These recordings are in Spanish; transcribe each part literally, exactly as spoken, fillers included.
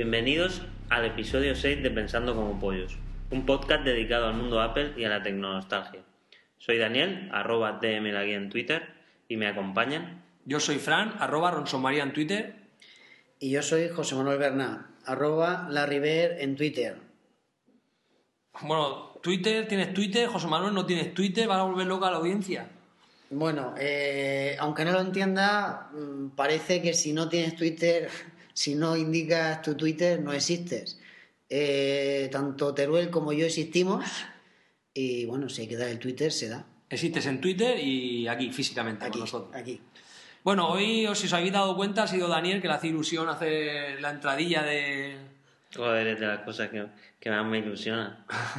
Bienvenidos al episodio seis de Pensando como Pollos, un podcast dedicado al mundo Apple y a la tecnonostalgia. Soy Daniel, arroba tmlaguía en Twitter, y me acompañan. Yo soy Fran, arroba Ronsomaría en Twitter. Y yo soy José Manuel Bernal, arroba Larriver en Twitter. Bueno, Twitter, tienes Twitter, José Manuel no tienes Twitter, van a volver loca a la audiencia. Bueno, eh, aunque no lo entienda, parece que si no tienes Twitter, si no indicas tu Twitter, no existes. Eh, tanto Teruel como yo existimos y bueno, si hay que dar el Twitter, se da. Existes en Twitter y aquí, físicamente, Aquí, con nosotros. aquí. Bueno, hoy, si os habéis dado cuenta, ha sido Daniel que le hace ilusión hacer la entradilla de... Joder, es de las cosas que, que más me ilusionan.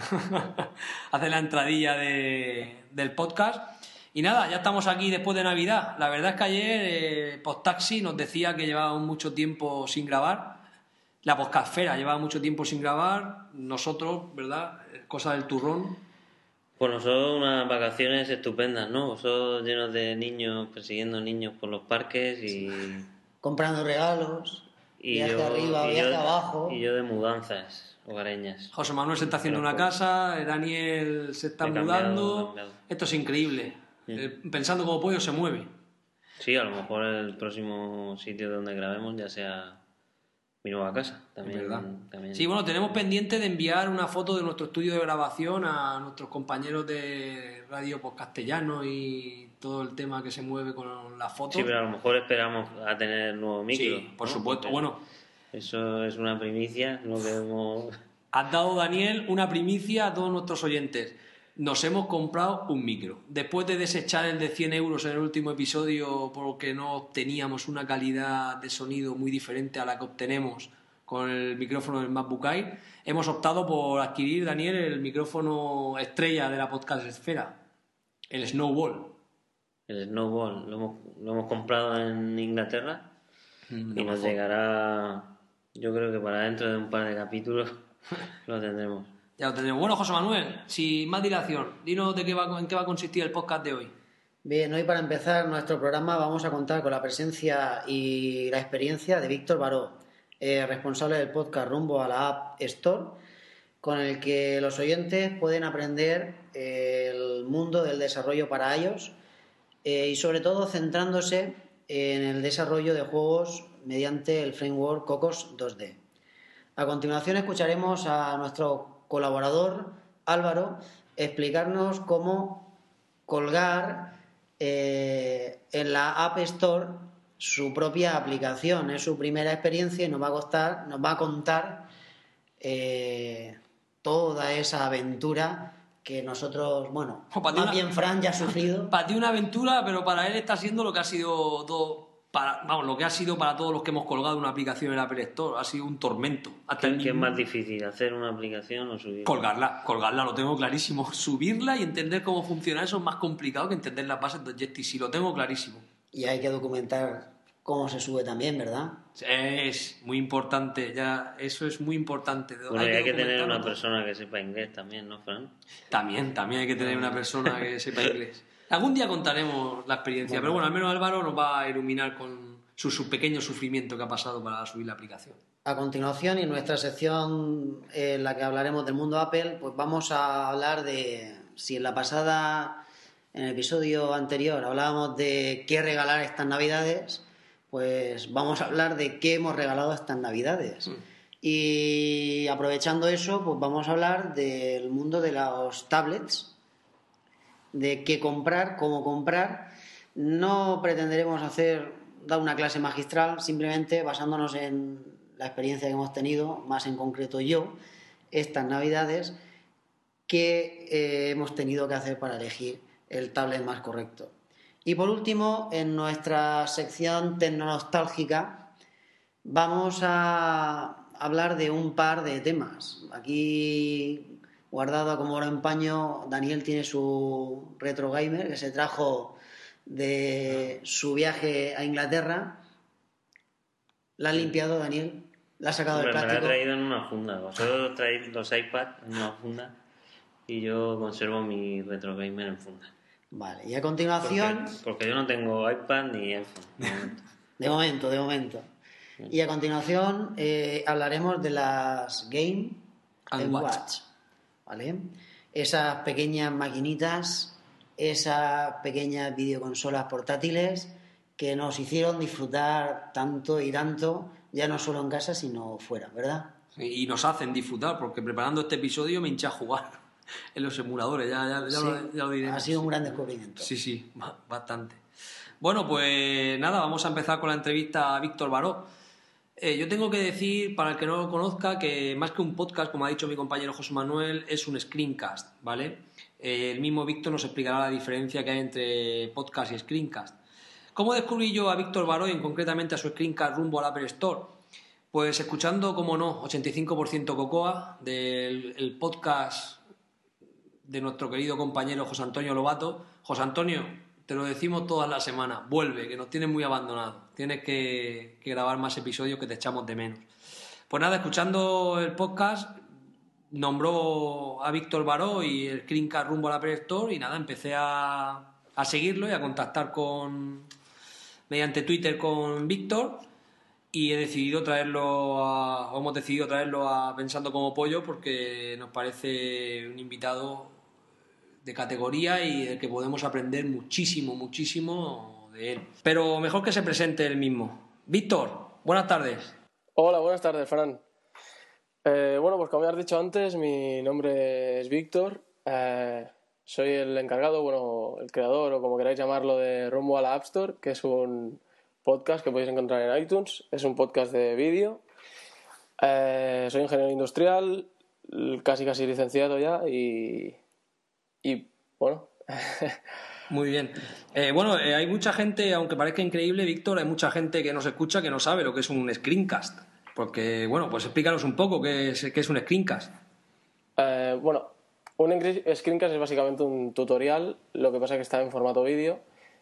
hacer la entradilla de, del podcast. Y nada, ya estamos aquí después de Navidad. La verdad es que ayer eh, Podtaxi nos decía que llevábamos mucho tiempo sin grabar. La podcastfera llevaba mucho tiempo sin grabar. Nosotros, ¿verdad? Cosa del turrón. Pues nosotros unas vacaciones estupendas, ¿no? Vosotros llenos de niños, persiguiendo niños por los parques y... Comprando regalos, y viaje yo, arriba, y viaje yo, abajo. Y yo de mudanzas hogareñas. José Manuel se está haciendo una casa, Daniel se está He cambiado, mudando. he cambiado. Esto es increíble. Sí. Eh, Pensando como pollo se mueve. Sí, a lo mejor el próximo sitio donde grabemos ya sea mi nueva casa. También, Es verdad. también. Sí, bueno, tenemos pendiente de enviar una foto de nuestro estudio de grabación a nuestros compañeros de Radio Podcastellano y todo el tema que se mueve con las fotos. Sí, pero a lo mejor esperamos a tener nuevo micro. Sí, por ¿no? supuesto. Porque Bueno, eso es una primicia, no queremos... has dado, Daniel, una primicia a todos nuestros oyentes. Nos hemos comprado un micro. Después de desechar el de cien euros en el último episodio porque no obteníamos una calidad de sonido muy diferente a la que obtenemos con el micrófono del MacBook Air, hemos optado por adquirir, Daniel, el micrófono estrella de la podcast esfera, el Snowball. El Snowball lo hemos, lo hemos comprado en Inglaterra Mm, y lo nos mejor. llegará, yo creo que para dentro de un par de capítulos lo tendremos. Ya lo tendremos. Bueno, José Manuel, sin más dilación, dinos de qué va, en qué va a consistir el podcast de hoy. Bien, hoy para empezar nuestro programa vamos a contar con la presencia y la experiencia de Víctor Baró, eh, responsable del podcast Rumbo a la App Store, con el que los oyentes pueden aprender eh, el mundo del desarrollo para iOS eh, y sobre todo centrándose en el desarrollo de juegos mediante el framework Cocos dos D. A continuación escucharemos a nuestro colaborador Álvaro explicarnos cómo colgar eh, en la App Store su propia aplicación. Es su primera experiencia y nos va a costar, nos va a contar eh, toda esa aventura que nosotros, bueno, O para ti más una- bien Fran ya ha sufrido. Para ti una aventura, pero para él está siendo lo que ha sido todo, para, vamos, lo que ha sido para todos los que hemos colgado una aplicación en la Apple Store. Ha sido un tormento. Hasta el ¿Qué, qué es mismo- más difícil, hacer una aplicación o subir? Colgarla, colgarla, lo tengo clarísimo. Subirla y entender cómo funciona eso es más complicado que entender las bases de Objective. Sí, lo tengo clarísimo. Y hay que documentar cómo se sube también, ¿verdad? Es muy importante, ya, eso es muy importante. Bueno, y hay que tener documentarlo una todo. persona que sepa inglés también, ¿no, Fran? También, también hay que tener una persona que sepa inglés. Algún día contaremos la experiencia, pero bueno, al menos Álvaro nos va a iluminar con su, su pequeño sufrimiento que ha pasado para subir la aplicación. A continuación, y en nuestra sección en la que hablaremos del mundo Apple, pues vamos a hablar de si en la pasada, en el episodio anterior, hablábamos de qué regalar estas Navidades, pues vamos a hablar de qué hemos regalado estas Navidades. Mm. Y aprovechando eso, pues vamos a hablar del mundo de los tablets, de qué comprar, cómo comprar. No pretenderemos hacer, dar una clase magistral, simplemente basándonos en la experiencia que hemos tenido, más en concreto yo, estas Navidades, que eh, hemos tenido que hacer para elegir el tablet más correcto. Y por último, en nuestra sección tecnonostálgica, vamos a hablar de un par de temas. Aquí, guardado como oro en paño, Daniel tiene su retro gamer que se trajo de su viaje a Inglaterra. ¿La has limpiado, Daniel? ¿La has sacado del Hombre, me la he plástico? traído en una funda. Vosotros traéis los iPads en una funda y yo conservo mi retro gamer en funda. Vale, y a continuación... Porque, porque yo no tengo iPad ni iPhone. de momento. De momento, de momento. Y a continuación eh, hablaremos de las Game and and Watch. Watch, ¿vale? Esas pequeñas maquinitas, esas pequeñas videoconsolas portátiles que nos hicieron disfrutar tanto y tanto, ya no solo en casa, sino fuera, ¿verdad? Y nos hacen disfrutar, porque preparando este episodio me hinché a jugar en los emuladores, ya, ya, ya, Sí, lo, ya lo diremos. ha sido un gran descubrimiento. Sí, sí, bastante. Bueno, pues nada, vamos a empezar con la entrevista a Víctor Baró. Eh, yo tengo que decir, para el que no lo conozca, que más que un podcast, como ha dicho mi compañero José Manuel, es un screencast, ¿vale? Eh, el mismo Víctor nos explicará la diferencia que hay entre podcast y screencast. ¿Cómo descubrí yo a Víctor Baró y concretamente a su screencast rumbo al Apple Store? Pues escuchando, como no, ochenta y cinco por ciento Cocoa, del el podcast de nuestro querido compañero José Antonio Lobato. José Antonio, te lo decimos todas las semanas, vuelve, que nos tienes muy abandonados. Tienes que, que grabar más episodios que te echamos de menos. Pues nada, escuchando el podcast, nombró a Víctor Baró y el screencast rumbo al Apple Store y nada, empecé a, a seguirlo y a contactar con mediante Twitter con Víctor y he decidido traerlo a, o hemos decidido traerlo a Pensando como Pollo porque nos parece un invitado de categoría y del que podemos aprender muchísimo, muchísimo de él. Pero mejor que se presente él mismo. Víctor, buenas tardes. Hola, buenas tardes, Fran. Eh, bueno, pues como ya has dicho antes, mi nombre es Víctor. Eh, soy el encargado, bueno, el creador o como queráis llamarlo de Rumbo a la App Store, que es un podcast que podéis encontrar en iTunes. Es un podcast de vídeo. Eh, soy ingeniero industrial, casi casi licenciado ya y... Y bueno. Muy bien. Eh, bueno, eh, hay mucha gente, aunque parezca increíble, Víctor, hay mucha gente que nos escucha que no sabe lo que es un screencast. Porque, bueno, pues explícanos un poco qué es, qué es un screencast. Eh, bueno, un screencast es básicamente un tutorial, lo que pasa es que está en formato vídeo.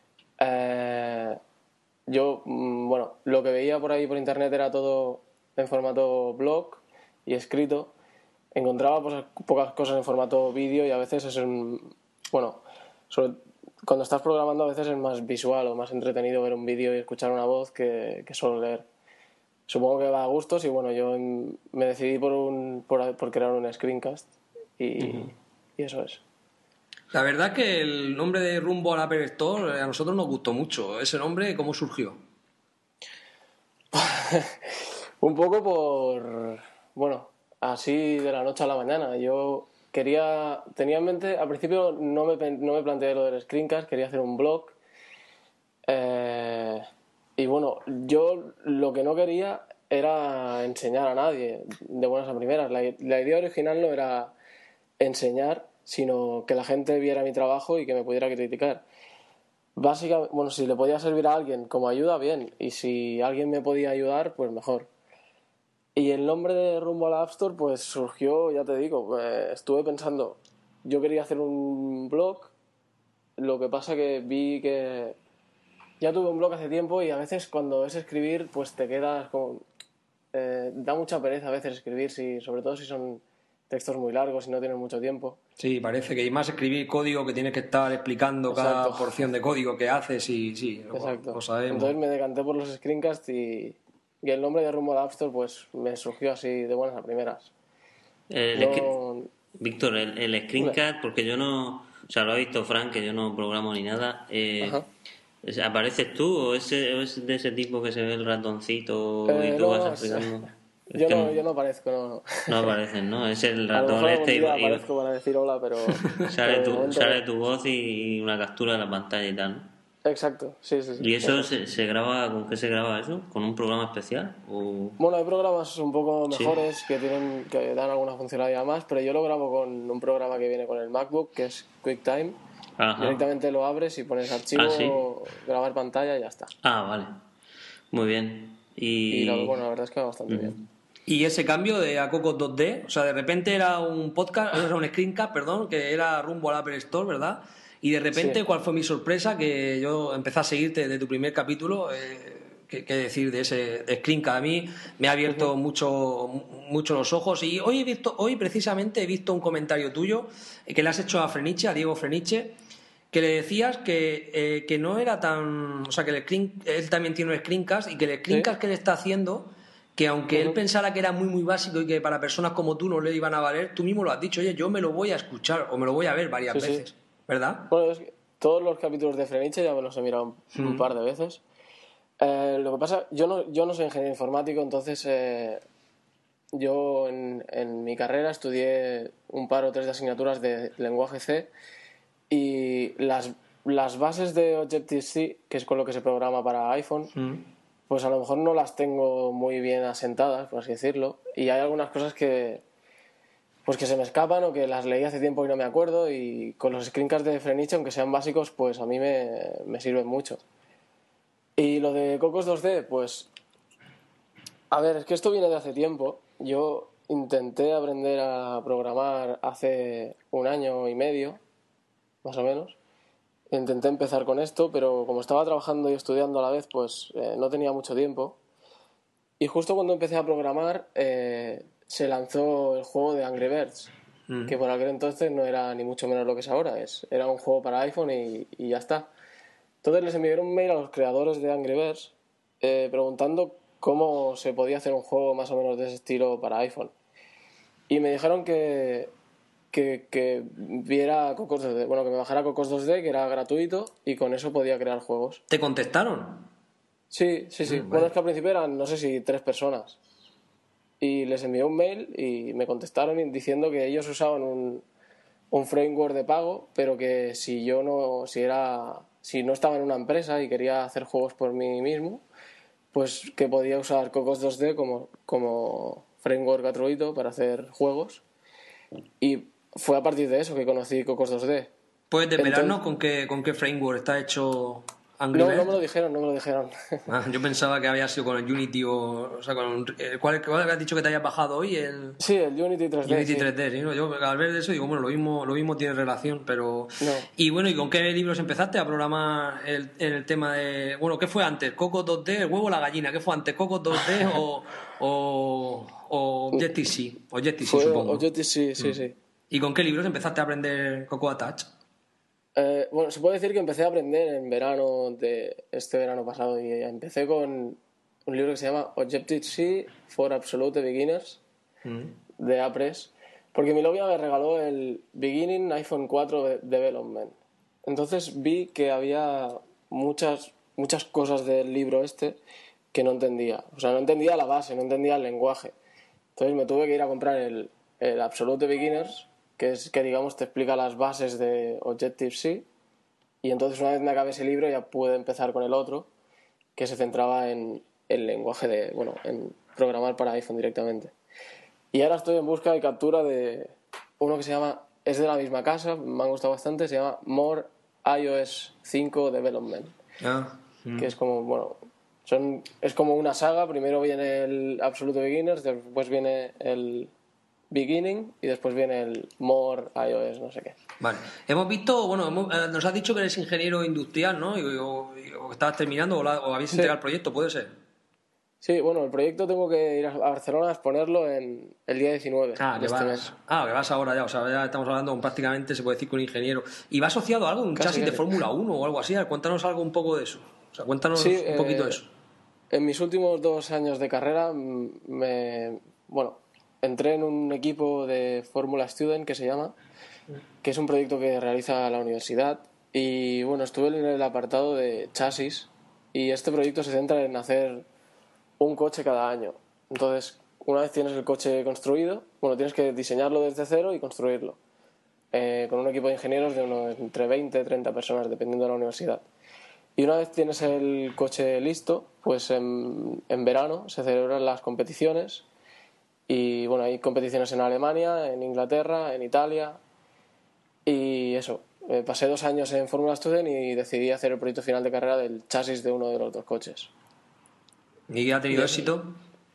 Eh, yo, bueno, lo que veía por ahí por internet era todo en formato blog y escrito. Encontraba pues, pocas cosas en formato vídeo y a veces es un... Bueno, sobre, cuando estás programando a veces es más visual o más entretenido ver un vídeo y escuchar una voz que, que solo leer. Supongo que va a gustos y bueno, yo me decidí por, un, por, por crear un screencast y, uh-huh. y eso es. La verdad que el nombre de Rumbo al Apple Store a nosotros nos gustó mucho. ¿Ese nombre cómo surgió? Un poco por... Bueno... Así de la noche a la mañana. Yo quería, tenía en mente, al principio no me, no me planteé lo del screencast, quería hacer un blog. Eh, y bueno, yo lo que no quería era enseñar a nadie de buenas a primeras. La, la idea original no era enseñar, sino que la gente viera mi trabajo y que me pudiera criticar. Básicamente, bueno, si le podía servir a alguien como ayuda, bien. Y si alguien me podía ayudar, pues mejor. Y el nombre de Rumbo a la App Store pues surgió, ya te digo, eh, estuve pensando, yo quería hacer un blog, lo que pasa que vi que ya tuve un blog hace tiempo y a veces cuando es escribir pues te quedas como... Eh, da mucha pereza a veces escribir, si, sobre todo si son textos muy largos y no tienes mucho tiempo. Sí, parece que hay más escribir código que tienes que estar explicando Exacto. cada porción de código que haces y sí, lo, Exacto. lo sabemos. Entonces me decanté por los screencasts y... Y el nombre de Rumbo a la App Store pues me surgió así de buenas a primeras. El no... Víctor, el, el screencast, porque yo no... O sea, lo ha visto Frank, que yo no programo ni nada. Eh, ¿Apareces tú o es, o es de ese tipo que se ve el ratoncito eh, y tú no, vas explicando? Es yo, no, yo no aparezco, no, no. No apareces, ¿no? Es el ratón a lo este y... y aparezco para decir hola, pero... sale, pero tu, momento... sale tu voz y una captura de la pantalla y tal, ¿no? Exacto, sí, sí, sí. ¿Y eso se, se graba, con qué se graba eso? ¿Con un programa especial? ¿O... Bueno, hay programas un poco mejores sí. que tienen que dan alguna funcionalidad más, pero yo lo grabo con un programa que viene con el MacBook, que es QuickTime. Ajá. Directamente lo abres y pones archivo, ¿Ah, sí? grabar pantalla y ya está. Ah, vale. Muy bien. Y, y lo, bueno, la verdad es que va bastante uh-huh. bien. Y ese cambio de a Coco dos D, o sea, de repente era un podcast, era un screencast, perdón, que era rumbo al Apple Store, ¿verdad? Y de repente, sí. ¿cuál fue mi sorpresa? Que yo empecé a seguirte desde tu primer capítulo. Eh, ¿qué, ¿Qué decir de ese screencast? A mí me ha abierto uh-huh. mucho, mucho los ojos. Y hoy he visto, hoy precisamente he visto un comentario tuyo que le has hecho a Freniche, a Diego Freniche, que le decías que, eh, que no era tan... O sea, que el screen, él también tiene un screencast y que el screencast ¿sí? que le está haciendo, que aunque uh-huh. él pensara que era muy, muy básico y que para personas como tú no le iban a valer, tú mismo lo has dicho, oye, yo me lo voy a escuchar o me lo voy a ver varias sí, veces, sí. ¿verdad? Bueno, es que todos los capítulos de Freniche ya me los he mirado un, uh-huh. un par de veces. Eh, lo que pasa, yo no, yo no soy ingeniero informático, entonces eh, yo en, en mi carrera estudié un par o tres de asignaturas de lenguaje C y las, las bases de Objective-C, que es con lo que se programa para iPhone, mm. pues a lo mejor no las tengo muy bien asentadas, por así decirlo, y hay algunas cosas que pues que se me escapan o que las leí hace tiempo y no me acuerdo, y con los screencasts de Freniche, aunque sean básicos, pues a mí me, me sirven mucho. Y lo de Cocos dos D, pues a ver, es que esto viene de hace tiempo. Yo intenté aprender a programar hace un año y medio, más o menos. Intenté empezar con esto, pero como estaba trabajando y estudiando a la vez, pues eh, no tenía mucho tiempo. Y justo cuando empecé a programar, eh, se lanzó el juego de Angry Birds, mm. que por aquel entonces no era ni mucho menos lo que es ahora. Es, era un juego para iPhone y, y ya está. Entonces les envié un mail a los creadores de Angry Birds eh, preguntando cómo se podía hacer un juego más o menos de ese estilo para iPhone. Y me dijeron que... Que, que viera Cocos dos D, bueno, que me bajara Cocos dos D, que era gratuito, y con eso podía crear juegos. ¿Te contestaron? Sí, sí, sí. Mm, bueno, bueno, es que al principio eran, no sé si tres personas. Y les envié un mail y me contestaron diciendo que ellos usaban un, un framework de pago, pero que si yo no, si era, si no estaba en una empresa y quería hacer juegos por mí mismo, pues que podía usar Cocos dos D como, como framework gratuito para hacer juegos. Y fue a partir de eso que conocí Cocos dos D. ¿Puedes desvelarnos con qué, con qué framework está hecho Angry No, Birds? no me lo dijeron, no me lo dijeron. Ah, yo pensaba que había sido con el Unity o... o sea, con un, ¿cuál, ¿Cuál habías dicho que te hayas bajado hoy? El... Sí, el Unity tres D. Unity sí. tres D, ¿sí? ¿no? Yo al ver eso digo, bueno, lo mismo, lo mismo tiene relación, pero... No. Y bueno, ¿y con qué libros empezaste a programar el, el tema de... Bueno, ¿qué fue antes? ¿Cocos dos D, el huevo o la gallina? ¿Qué fue antes? ¿Cocos dos D o, o, o Objective-C? Objective-C, supongo. Objective-C, sí, mm. sí. ¿Y con qué libros empezaste a aprender Cocoa Attach? Eh, bueno, se puede decir que empecé a aprender en verano de este verano pasado y empecé con un libro que se llama Objective-C for Absolute Beginners mm. de Apress, porque mi novia me regaló el Beginning iPhone cuatro Development. Entonces vi que había muchas, muchas cosas del libro este que no entendía. O sea, no entendía la base, no entendía el lenguaje. Entonces me tuve que ir a comprar el, el Absolute Beginners, que es que digamos te explica las bases de Objective-C, y entonces una vez me acabé ese libro ya pude empezar con el otro, que se centraba en el lenguaje de, bueno, en programar para iPhone directamente. Y ahora estoy en busca de captura de uno que se llama, es de la misma casa, me han gustado bastante, se llama More iOS cinco Development, ah, mm. que es como, bueno, son, es como una saga. Primero viene el Absolute Beginners, después viene el Beginning y después viene el More iOS, no sé qué. Vale. Hemos visto, bueno, hemos, eh, nos has dicho que eres ingeniero industrial, ¿no? Y, o, o que estabas terminando o, la, o habéis sí. entregado el proyecto, ¿puede ser? Sí, bueno, el proyecto tengo que ir a Barcelona a exponerlo en el día diecinueve ah, de que este vas, mes. Ah, que vas ahora ya, o sea, ya estamos hablando prácticamente, se puede decir, con un ingeniero. ¿Y va asociado a algo, un casi, chasis casi. de Fórmula uno o algo así? Cuéntanos algo un poco de eso. O sea, cuéntanos sí, un poquito eh, de eso. En mis últimos dos años de carrera, me, bueno, entré en un equipo de Fórmula Student que se llama, que es un proyecto que realiza la universidad, y bueno, estuve en el apartado de chasis, y este proyecto se centra en hacer un coche cada año. Entonces, una vez tienes el coche construido, bueno, tienes que diseñarlo desde cero y construirlo, eh, con un equipo de ingenieros de unos entre veinte y treinta personas, dependiendo de la universidad. Y una vez tienes el coche listo, pues en, en verano se celebran las competiciones. Y bueno, hay competiciones en Alemania, en Inglaterra, en Italia. Y eso, eh, pasé dos años en Fórmula Student y decidí hacer el proyecto final de carrera del chasis de uno de los dos coches. ¿Y ha tenido y, éxito?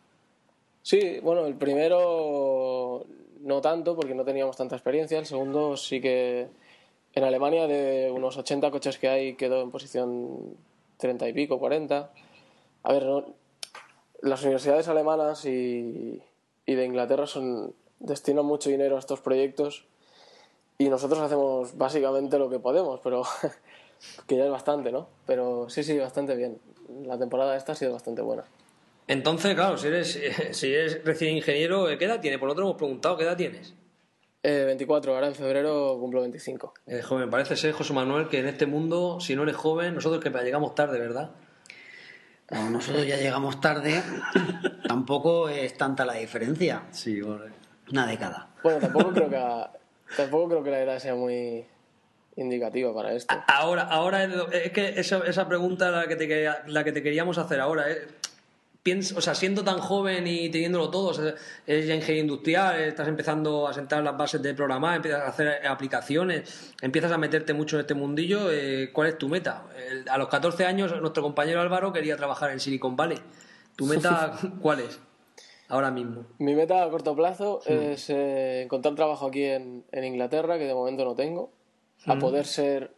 Sí, bueno, el primero no tanto porque no teníamos tanta experiencia. El segundo sí que en Alemania, de unos ochenta coches que hay, quedó en posición treinta y pico, cuarenta. A ver, no, las universidades alemanas y... y de Inglaterra son, destinan mucho dinero a estos proyectos y nosotros hacemos básicamente lo que podemos, pero que ya es bastante, ¿no? Pero sí, sí, bastante bien. La temporada esta ha sido bastante buena. Entonces, claro, si eres, si eres recién ingeniero, ¿qué edad tienes? Por lo otro hemos preguntado, ¿qué edad tienes? Eh, veinticuatro, ahora en febrero cumplo veinticinco. Eh, joven, parece ser, José Manuel, que en este mundo, si no eres joven, nosotros que llegamos tarde, ¿verdad? No, nosotros ya llegamos tarde, tampoco es tanta la diferencia. Sí, bueno. Una década. Bueno, tampoco creo que a, tampoco creo que la edad sea muy indicativa para esto. Ahora, ahora es, es que esa, esa pregunta la que te la que te queríamos hacer ahora, ¿eh? Piensa, o sea, siendo tan joven y teniéndolo todo, o sea, eres ya ingeniero industrial, estás empezando a sentar las bases de programar, empiezas a hacer aplicaciones, empiezas a meterte mucho en este mundillo. eh, ¿Cuál es tu meta? El, a los catorce años nuestro compañero Álvaro quería trabajar en Silicon Valley. ¿Tu meta cuál es ahora mismo? Mi meta a corto plazo hmm. es eh, encontrar trabajo aquí en, en Inglaterra, que de momento no tengo, hmm. a poder ser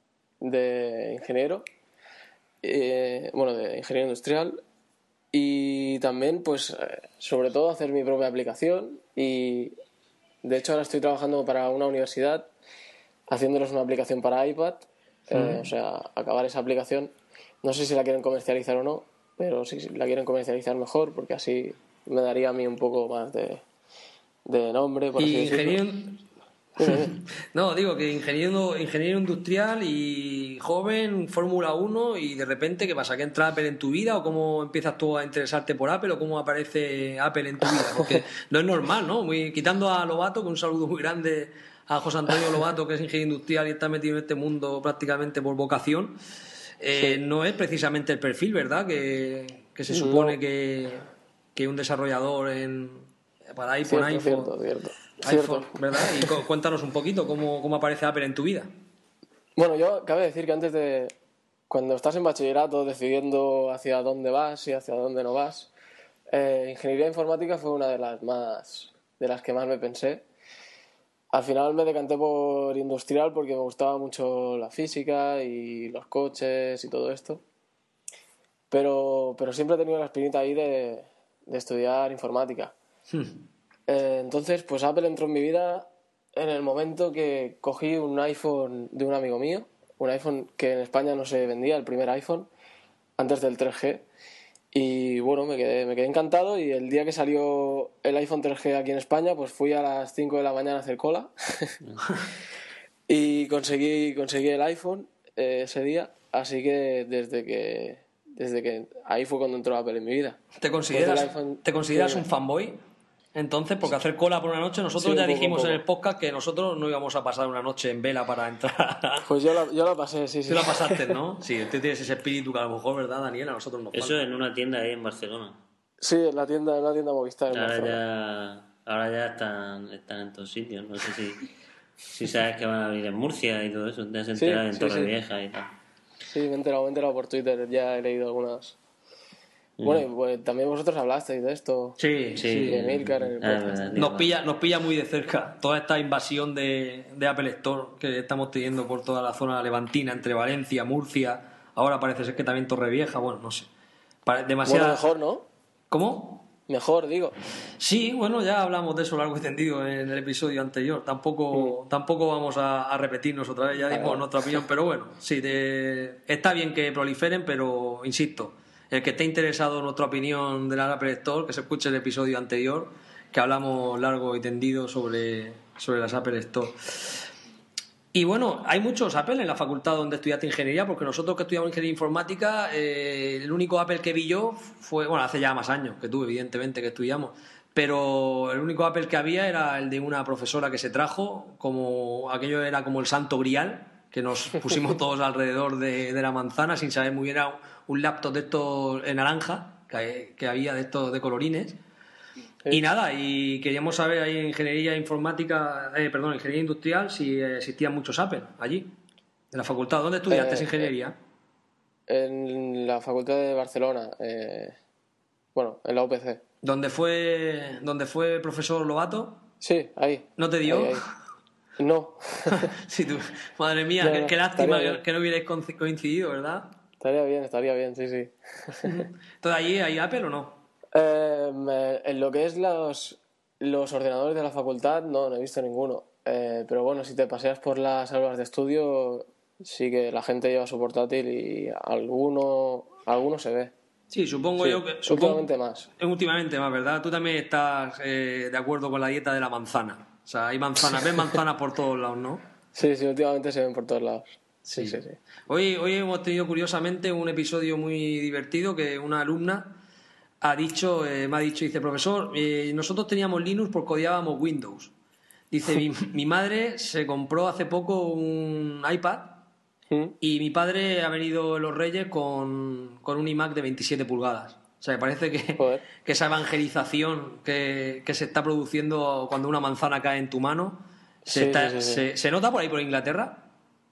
de ingeniero, eh, bueno, de ingeniero industrial. Y también, pues, sobre todo hacer mi propia aplicación. Y de hecho ahora estoy trabajando para una universidad haciéndoles una aplicación para iPad. Mm. Eh, o sea, acabar esa aplicación. No sé si la quieren comercializar o no, pero si la quieren comercializar mejor, porque así me daría a mí un poco más de, de nombre, por así ingeniero... decirlo. No, digo que ingeniero, ingeniero industrial y joven, Fórmula uno, y de repente, ¿qué pasa? ¿Que entra Apple en tu vida o cómo empiezas tú a interesarte por Apple o cómo aparece Apple en tu vida? Porque no es normal, ¿no? Muy, quitando a Lobato, con un saludo muy grande a José Antonio Lobato, que es ingeniero industrial y está metido en este mundo prácticamente por vocación, eh, sí. No es precisamente el perfil, ¿verdad? Que, que se supone no. que, que un desarrollador en, para iPhone, cierto, iPhone... Cierto, cierto. iPhone, ¿verdad? Y cuéntanos un poquito cómo, cómo aparece Apple en tu vida. Bueno, yo cabe decir que antes de... Cuando estás en bachillerato decidiendo hacia dónde vas y hacia dónde no vas, eh, ingeniería informática fue una de las más de las que más me pensé. Al final me decanté por industrial porque me gustaba mucho la física y los coches y todo esto. Pero, pero siempre he tenido la espinita ahí de, de estudiar informática. Hmm. Entonces, pues Apple entró en mi vida en el momento que cogí un iPhone de un amigo mío, un iPhone que en España no se vendía, el primer iPhone, antes del tres G. Y bueno, me quedé, me quedé encantado, y el día que salió el iPhone tres G aquí en España, pues fui a las cinco de la mañana a hacer cola y conseguí, conseguí el iPhone eh, ese día, así que desde que desde que ahí fue cuando entró Apple en mi vida. ¿Te consideras, iPhone, ¿te consideras un fanboy? Entonces, porque hacer cola por una noche, nosotros sí, ya poco, dijimos en el podcast que nosotros no íbamos a pasar una noche en vela para entrar. Pues yo la, yo la pasé, sí, sí. Tú la pasaste, ¿no? Sí, tú tienes ese espíritu que a lo mejor, ¿verdad, Daniel? A nosotros nos falta. Eso en una tienda ahí en Barcelona. Sí, en la tienda, en la tienda Movistar en ahora Barcelona. Ya, ahora ya están, están en todos sitios. No sé si, si sabes que van a abrir en Murcia y todo eso. Te has enterado sí, en sí, Torrevieja sí. y tal. Sí, me he enterado, me he enterado por Twitter. Ya he leído algunas... Bueno, pues también vosotros hablasteis de esto. Sí, sí. De Milcar en el podcast. Ah, nos pilla, nos pilla muy de cerca toda esta invasión de, de Apple Store que estamos teniendo por toda la zona levantina, entre Valencia, Murcia. Ahora parece ser que también Torrevieja, bueno, no sé. Demasiada... Bueno, mejor, ¿no? ¿Cómo? Mejor, digo. Sí, bueno, ya hablamos de eso largo y tendido en el episodio anterior. Tampoco, mm. tampoco vamos a, a repetirnos otra vez, ya dimos nuestra opinión, pero bueno, sí, de... está bien que proliferen, pero insisto. El que esté interesado en nuestra opinión de la Apple Store, que se escuche el episodio anterior, que hablamos largo y tendido sobre, sobre las Apple Store. Y bueno, hay muchos Apple en la facultad donde estudiaste ingeniería, porque nosotros que estudiamos ingeniería informática, eh, el único Apple que vi yo fue, bueno, hace ya más años que tú, evidentemente, que estudiamos, pero el único Apple que había era el de una profesora que se trajo, como aquello era como el santo grial, que nos pusimos todos alrededor de, de la manzana sin saber muy bien, era un laptop de estos en naranja que, que había de estos de colorines. ¿Eh? Y nada, y queríamos saber ahí en ingeniería informática, eh, perdón, ingeniería industrial, si existían muchos Apple allí, en la facultad. ¿Dónde estudiaste eh, ingeniería? En la facultad de Barcelona, eh, bueno, en la U P C. ¿Dónde fue, dónde fue el profesor Lobato? Sí, ahí. ¿No te dio? Ahí, ahí. No. Sí, tú, madre mía, no, qué, qué lástima que, que no hubierais coincidido, ¿verdad? Estaría bien, estaría bien, sí, sí. ¿Entonces allí hay Apple o no? Eh, en lo que es los, los ordenadores de la facultad, no, no he visto ninguno. eh, pero bueno, si te paseas por las aulas de estudio, sí que la gente lleva su portátil y alguno, alguno se ve. Sí, supongo Sí, yo que... Supongo, últimamente más. Últimamente más, ¿verdad? Tú también estás eh, de acuerdo con la dieta de la manzana. O sea, hay manzanas, ves manzanas por todos lados, ¿no? Sí, sí, últimamente se ven por todos lados. Sí, Sí. sí, sí. Hoy, hoy hemos tenido curiosamente un episodio muy divertido que una alumna ha dicho, eh, me ha dicho, dice, profesor, eh, nosotros teníamos Linux porque odiábamos Windows. Dice, mi, mi madre se compró hace poco un iPad ¿Mm? y mi padre ha venido en los Reyes con, con un iMac de veintisiete pulgadas. O sea, me parece que, que esa evangelización que, que se está produciendo cuando una manzana cae en tu mano, se, Sí, está, sí, sí, sí. se, ¿se nota por ahí por Inglaterra?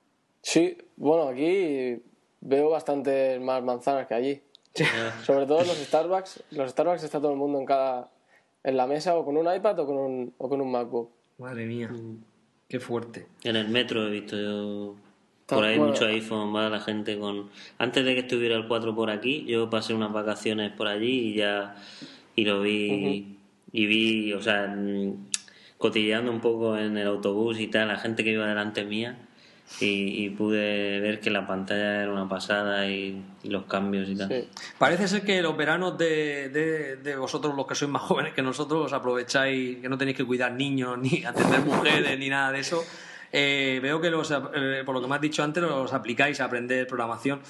Sí, bueno, aquí veo bastantes más manzanas que allí. Sobre todo en los Starbucks. Los Starbucks está todo el mundo en cada en la mesa o con un iPad o con un, o con un MacBook. Madre mía, qué fuerte. En el metro he visto yo por ahí Bueno, mucho iPhone, va la gente con... Antes de que estuviera el cuatro por aquí, yo pasé unas vacaciones por allí y ya y lo vi uh-huh. y vi, o sea, mm, cotilleando un poco en el autobús y tal, la gente que iba delante mía y, y pude ver que la pantalla era una pasada y, y los cambios y tal. Sí. Parece ser que los veranos de, de, de vosotros, los que sois más jóvenes que nosotros, os aprovecháis, que no tenéis que cuidar niños, ni atender mujeres, ni nada de eso. Eh, veo que, los, eh, por lo que me has dicho antes, los aplicáis a aprender programación.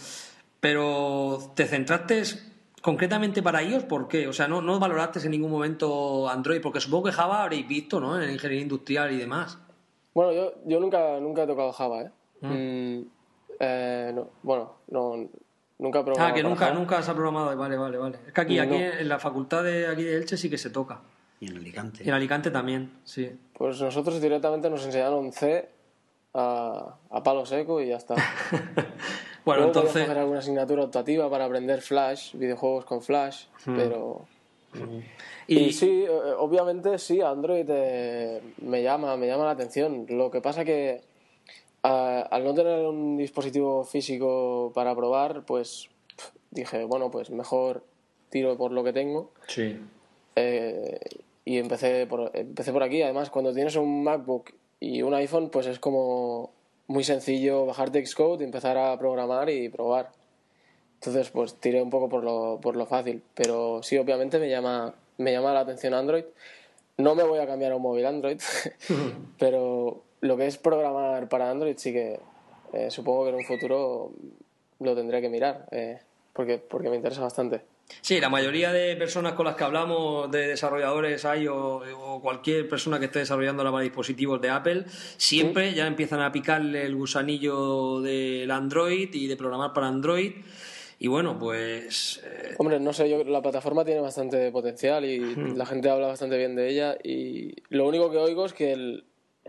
Pero, ¿te centraste concretamente para iOS? ¿Por qué? O sea, ¿no, no valoraste en ningún momento Android? Porque supongo que Java habréis visto, ¿no? En ingeniería industrial y demás. Bueno, yo, yo nunca, nunca he tocado Java, ¿eh? Mm. Mm, eh no, bueno, no, nunca he programado. Ah, que para nunca, Java. nunca se ha programado. Vale, vale, vale. Es que aquí, aquí No. en la facultad de aquí de Elche sí que se toca. Y en Alicante. Y en Alicante también, sí. Pues nosotros directamente nos enseñaron C a, a palo seco y ya está. Bueno, Luego entonces... podías coger alguna asignatura optativa para aprender Flash, videojuegos con Flash, Hmm. pero... Y, Y sí, eh, obviamente sí, Android eh, me llama, me llama la atención. Lo que pasa que a- al no tener un dispositivo físico para probar, pues pf, dije, bueno, pues mejor tiro por lo que tengo. sí. Eh, y empecé por, empecé por aquí. Además, cuando tienes un MacBook y un iPhone, pues es como muy sencillo bajarte Xcode y empezar a programar y probar. Entonces, pues tiré un poco por lo, por lo fácil. Pero sí, obviamente me llama, me llama la atención Android. No me voy a cambiar a un móvil Android, pero lo que es programar para Android sí que eh, supongo que en un futuro lo tendré que mirar, eh, porque, porque me interesa bastante. Sí, la mayoría de personas con las que hablamos, de desarrolladores iOS o, o cualquier persona que esté desarrollando para dispositivos de Apple, siempre ¿Sí? ya empiezan a picarle el gusanillo del Android y de programar para Android. Y bueno, pues... Eh... Hombre, no sé, yo la plataforma tiene bastante potencial y hmm. la gente habla bastante bien de ella y lo único que oigo es que el,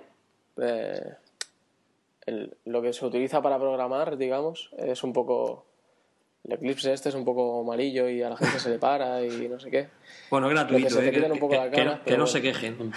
eh, el, lo que se utiliza para programar, digamos, es un poco... El Eclipse este es un poco amarillo y a la gente se le para y no sé qué. Bueno, es gratuito, que se eh, te que, un poco que, la cara, que, no, que no bueno. se quejen.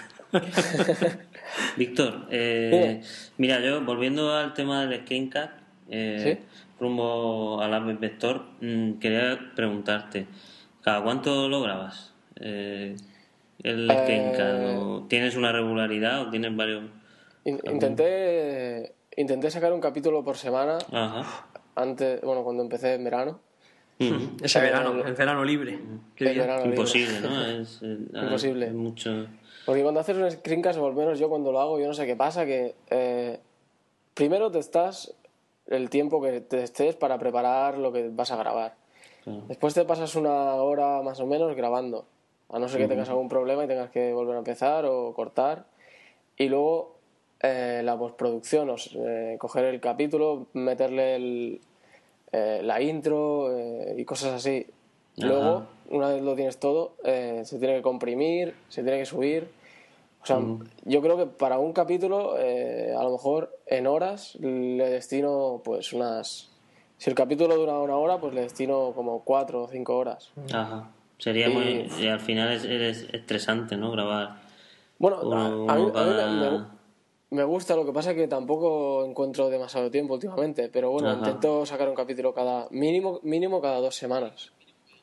Víctor, eh, mira, yo volviendo al tema del Screencast, eh, ¿Sí? rumbo al App Vector, mmm, quería preguntarte, ¿cada cuánto lo grabas? Eh, el eh, Screencast, ¿tienes una regularidad o tienes varios? In, intenté, intenté sacar un capítulo por semana. Ajá. Antes, bueno, cuando empecé en verano. Mm. Ese verano, el, el verano libre. Qué el verano Imposible, libre. ¿no? Es, es, Imposible. Es mucho... Porque cuando haces un screencast, o al menos yo cuando lo hago, yo no sé qué pasa, que eh, primero te estás el tiempo que te estés para preparar lo que vas a grabar. Claro. Después te pasas una hora más o menos grabando, a no ser que uh-huh. tengas algún problema y tengas que volver a empezar o cortar. Y luego... Eh, la postproducción, o sea, eh, coger el capítulo, meterle el, eh, la intro eh, y cosas así. Ajá. Luego, una vez lo tienes todo, eh, se tiene que comprimir, se tiene que subir. O sea, mm. yo creo que para un capítulo, eh, a lo mejor en horas le destino pues unas... Si el capítulo dura una hora, pues le destino como cuatro o cinco horas. Ajá. Sería y, muy... Y al final es, es estresante, ¿no? Grabar. Bueno, a, a mí, cada... a mí me, me... Me gusta, lo que pasa es que tampoco encuentro demasiado tiempo últimamente, pero bueno, Ajá. intento sacar un capítulo cada mínimo mínimo cada dos semanas.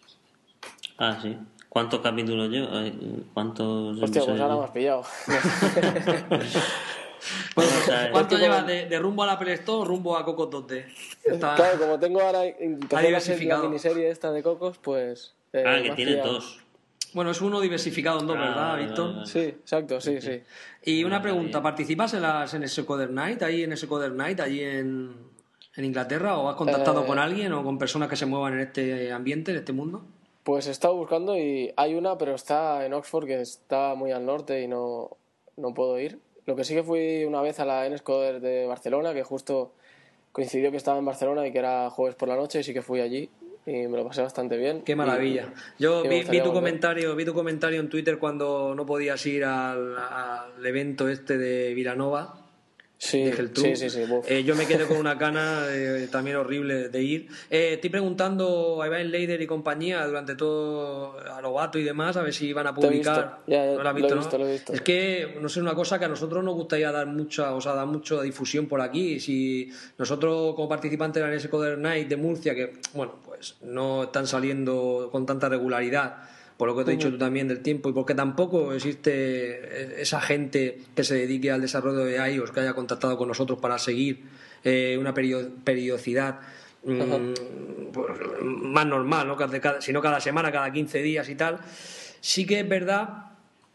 Ah, sí. ¿Cuántos capítulos llevo? ¿Cuántos Hostia, pues ahora me has pillado. Bueno, O sea, ¿cuánto es que llevas como- de, de rumbo a la Apple Store o rumbo a Cocos dos D? Está- Claro, como tengo ahora empecé la, diversificado. la miniserie esta de Cocos, pues... eh, ah, me que has tienes pillado. dos. Bueno, es uno diversificado en dos, Ah, ¿verdad, vale, Víctor? vale, vale. Sí, exacto, sí, sí. Y una Vale, pregunta, bien. ¿participas en las en ese Coder Night, ahí en ese Coder Night, allí en, en Inglaterra? ¿O has contactado Eh, con alguien o con personas que se muevan en este ambiente, en este mundo? Pues he estado buscando y hay una, pero está en Oxford, que está muy al norte y no, no puedo ir. Lo que sí que fui una vez a la N-Scoder de Barcelona, que justo coincidió que estaba en Barcelona y que era jueves por la noche, y sí que fui allí y me lo pasé bastante bien. Qué maravilla. Y- Yo y me vi, vi gustaría tu volver. comentario, vi tu comentario en Twitter cuando no podías ir al, al evento este de Vilanova. Sí, De Geltrú. sí, sí, sí. buf. Eh, yo me quedé con una cana eh, también horrible de ir. Eh, estoy preguntando a Iván Leider y compañía durante todo a Lobato y demás a ver si van a Te he publicar. visto, ya, ya, ¿No lo has lo he visto, visto, no? lo he visto. Es que no sé, una cosa que a nosotros nos gustaría dar mucha, o sea, dar mucha difusión por aquí. Si nosotros como participantes de la N S Coder Night de Murcia, que bueno, pues no están saliendo con tanta regularidad, por lo que te he dicho tú también del tiempo, y porque tampoco existe esa gente que se dedique al desarrollo de i o s que haya contactado con nosotros para seguir eh, una perio- periodicidad mmm, pues, más normal, ¿no? Cada- cada- si no cada semana, cada quince días y tal. Sí que es verdad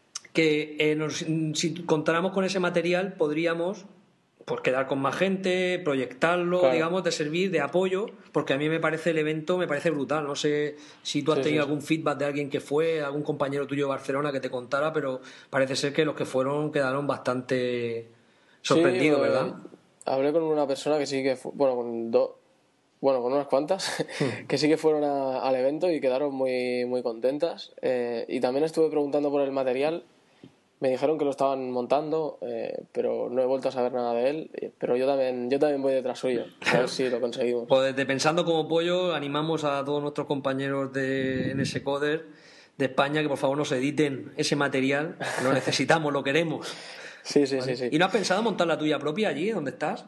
que eh, nos- si contáramos con ese material podríamos pues quedar con más gente, proyectarlo, Claro. digamos, de servir de apoyo, porque a mí me parece el evento, me parece brutal. No sé si tú has Sí, tenido sí, sí. algún feedback de alguien que fue, algún compañero tuyo de Barcelona que te contara, pero parece ser que los que fueron quedaron bastante sorprendidos, Sí, eh, ¿verdad? hablé con una persona que sí que fu- bueno, con dos, bueno, con unas cuantas, que sí que fueron a- al evento y quedaron muy, muy contentas. Eh, y también estuve preguntando por el material. Me dijeron que lo estaban montando, eh, pero no he vuelto a saber nada de él. eh, Pero yo también, yo también voy detrás suyo, a ver si lo conseguimos. Pues desde Pensando como Pollo animamos a todos nuestros compañeros de N S Coder de España que por favor nos editen ese material, lo necesitamos, lo queremos. Sí, sí, sí, sí. ¿Y no has pensado montar la tuya propia allí, donde estás?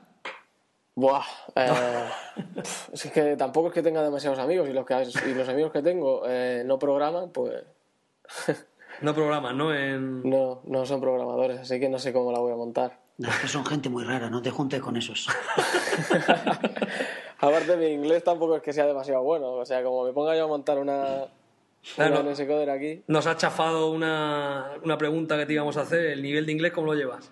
Buah, eh, pf, es que tampoco es que tenga demasiados amigos y los, que, y los amigos que tengo eh, no programan, pues No programas, ¿no? En... no, no son programadores, así que no sé cómo la voy a montar. No, es que son gente muy rara, no te juntes con esos. Aparte, mi inglés tampoco es que sea demasiado bueno, o sea, como me ponga yo a montar una, Claro. una N S Coder aquí. Nos ha chafado una, una pregunta que te íbamos a hacer. ¿El nivel de inglés cómo lo llevas?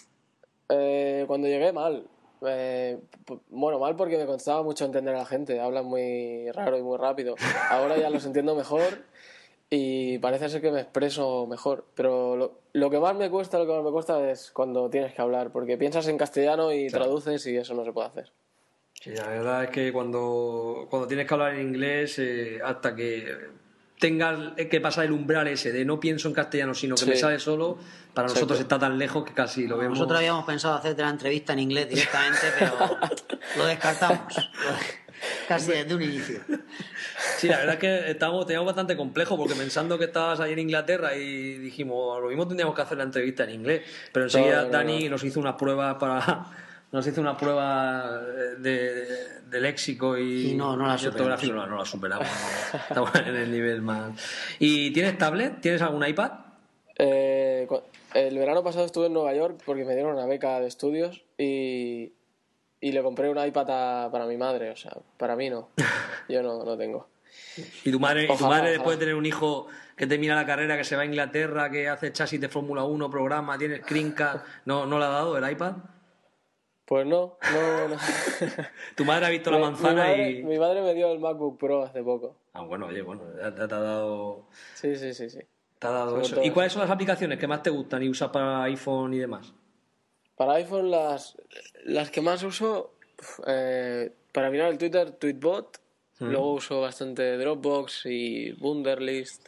Eh, cuando llegué, mal. Eh, p- bueno, mal porque me costaba mucho entender a la gente, hablan muy raro y muy rápido. Ahora ya los entiendo mejor y parece ser que me expreso mejor. Pero lo, lo que más me cuesta, lo que más me cuesta es cuando tienes que hablar, porque piensas en castellano y Claro. traduces y eso no se puede hacer. Sí, la verdad es que cuando, cuando tienes que hablar en inglés, eh, hasta que tengas que pasar el umbral ese de no pienso en castellano, sino que Sí. me sale solo, para Exacto. nosotros está tan lejos que casi lo vemos. Nosotros habíamos pensado hacerte la entrevista en inglés directamente, pero lo descartamos. Casi desde un inicio. Sí, la verdad es que estábamos, teníamos bastante complejo porque pensando que estabas ahí en Inglaterra y dijimos, lo mismo tendríamos que hacer la entrevista en inglés. Pero enseguida No, no, no, Dani no. nos hizo unas pruebas para. Nos hizo una prueba de, de léxico y, Y no, no la y ortográfico. No, no la superamos. no. Estamos en el nivel más. ¿Y tienes tablet? ¿Tienes algún iPad? Eh, cu- el verano pasado estuve en Nueva York porque me dieron una beca de estudios y, y le compré un iPad a- para mi madre, o sea, para mí no. Yo no, no tengo. ¿Y tu madre, y tu Ojalá, madre ojalá. después de tener un hijo que termina la carrera, que se va a Inglaterra, que hace chasis de Fórmula uno, programa, tiene screencast, ¿no, ¿no le ha dado el iPad? Pues no, no, no. Tu madre ha visto la Mi- manzana mi madre, y... mi madre me dio el MacBook Pro hace poco. Ah, bueno, oye, bueno, ya te, te ha dado, Sí, sí, sí, sí. te ha dado Sobre eso. todo ¿Y eso. cuáles son las aplicaciones que más te gustan y usas para iPhone y demás? Para iPhone las, las que más uso, eh, para mirar el Twitter, Tweetbot. Mm. Luego uso bastante Dropbox y Wunderlist.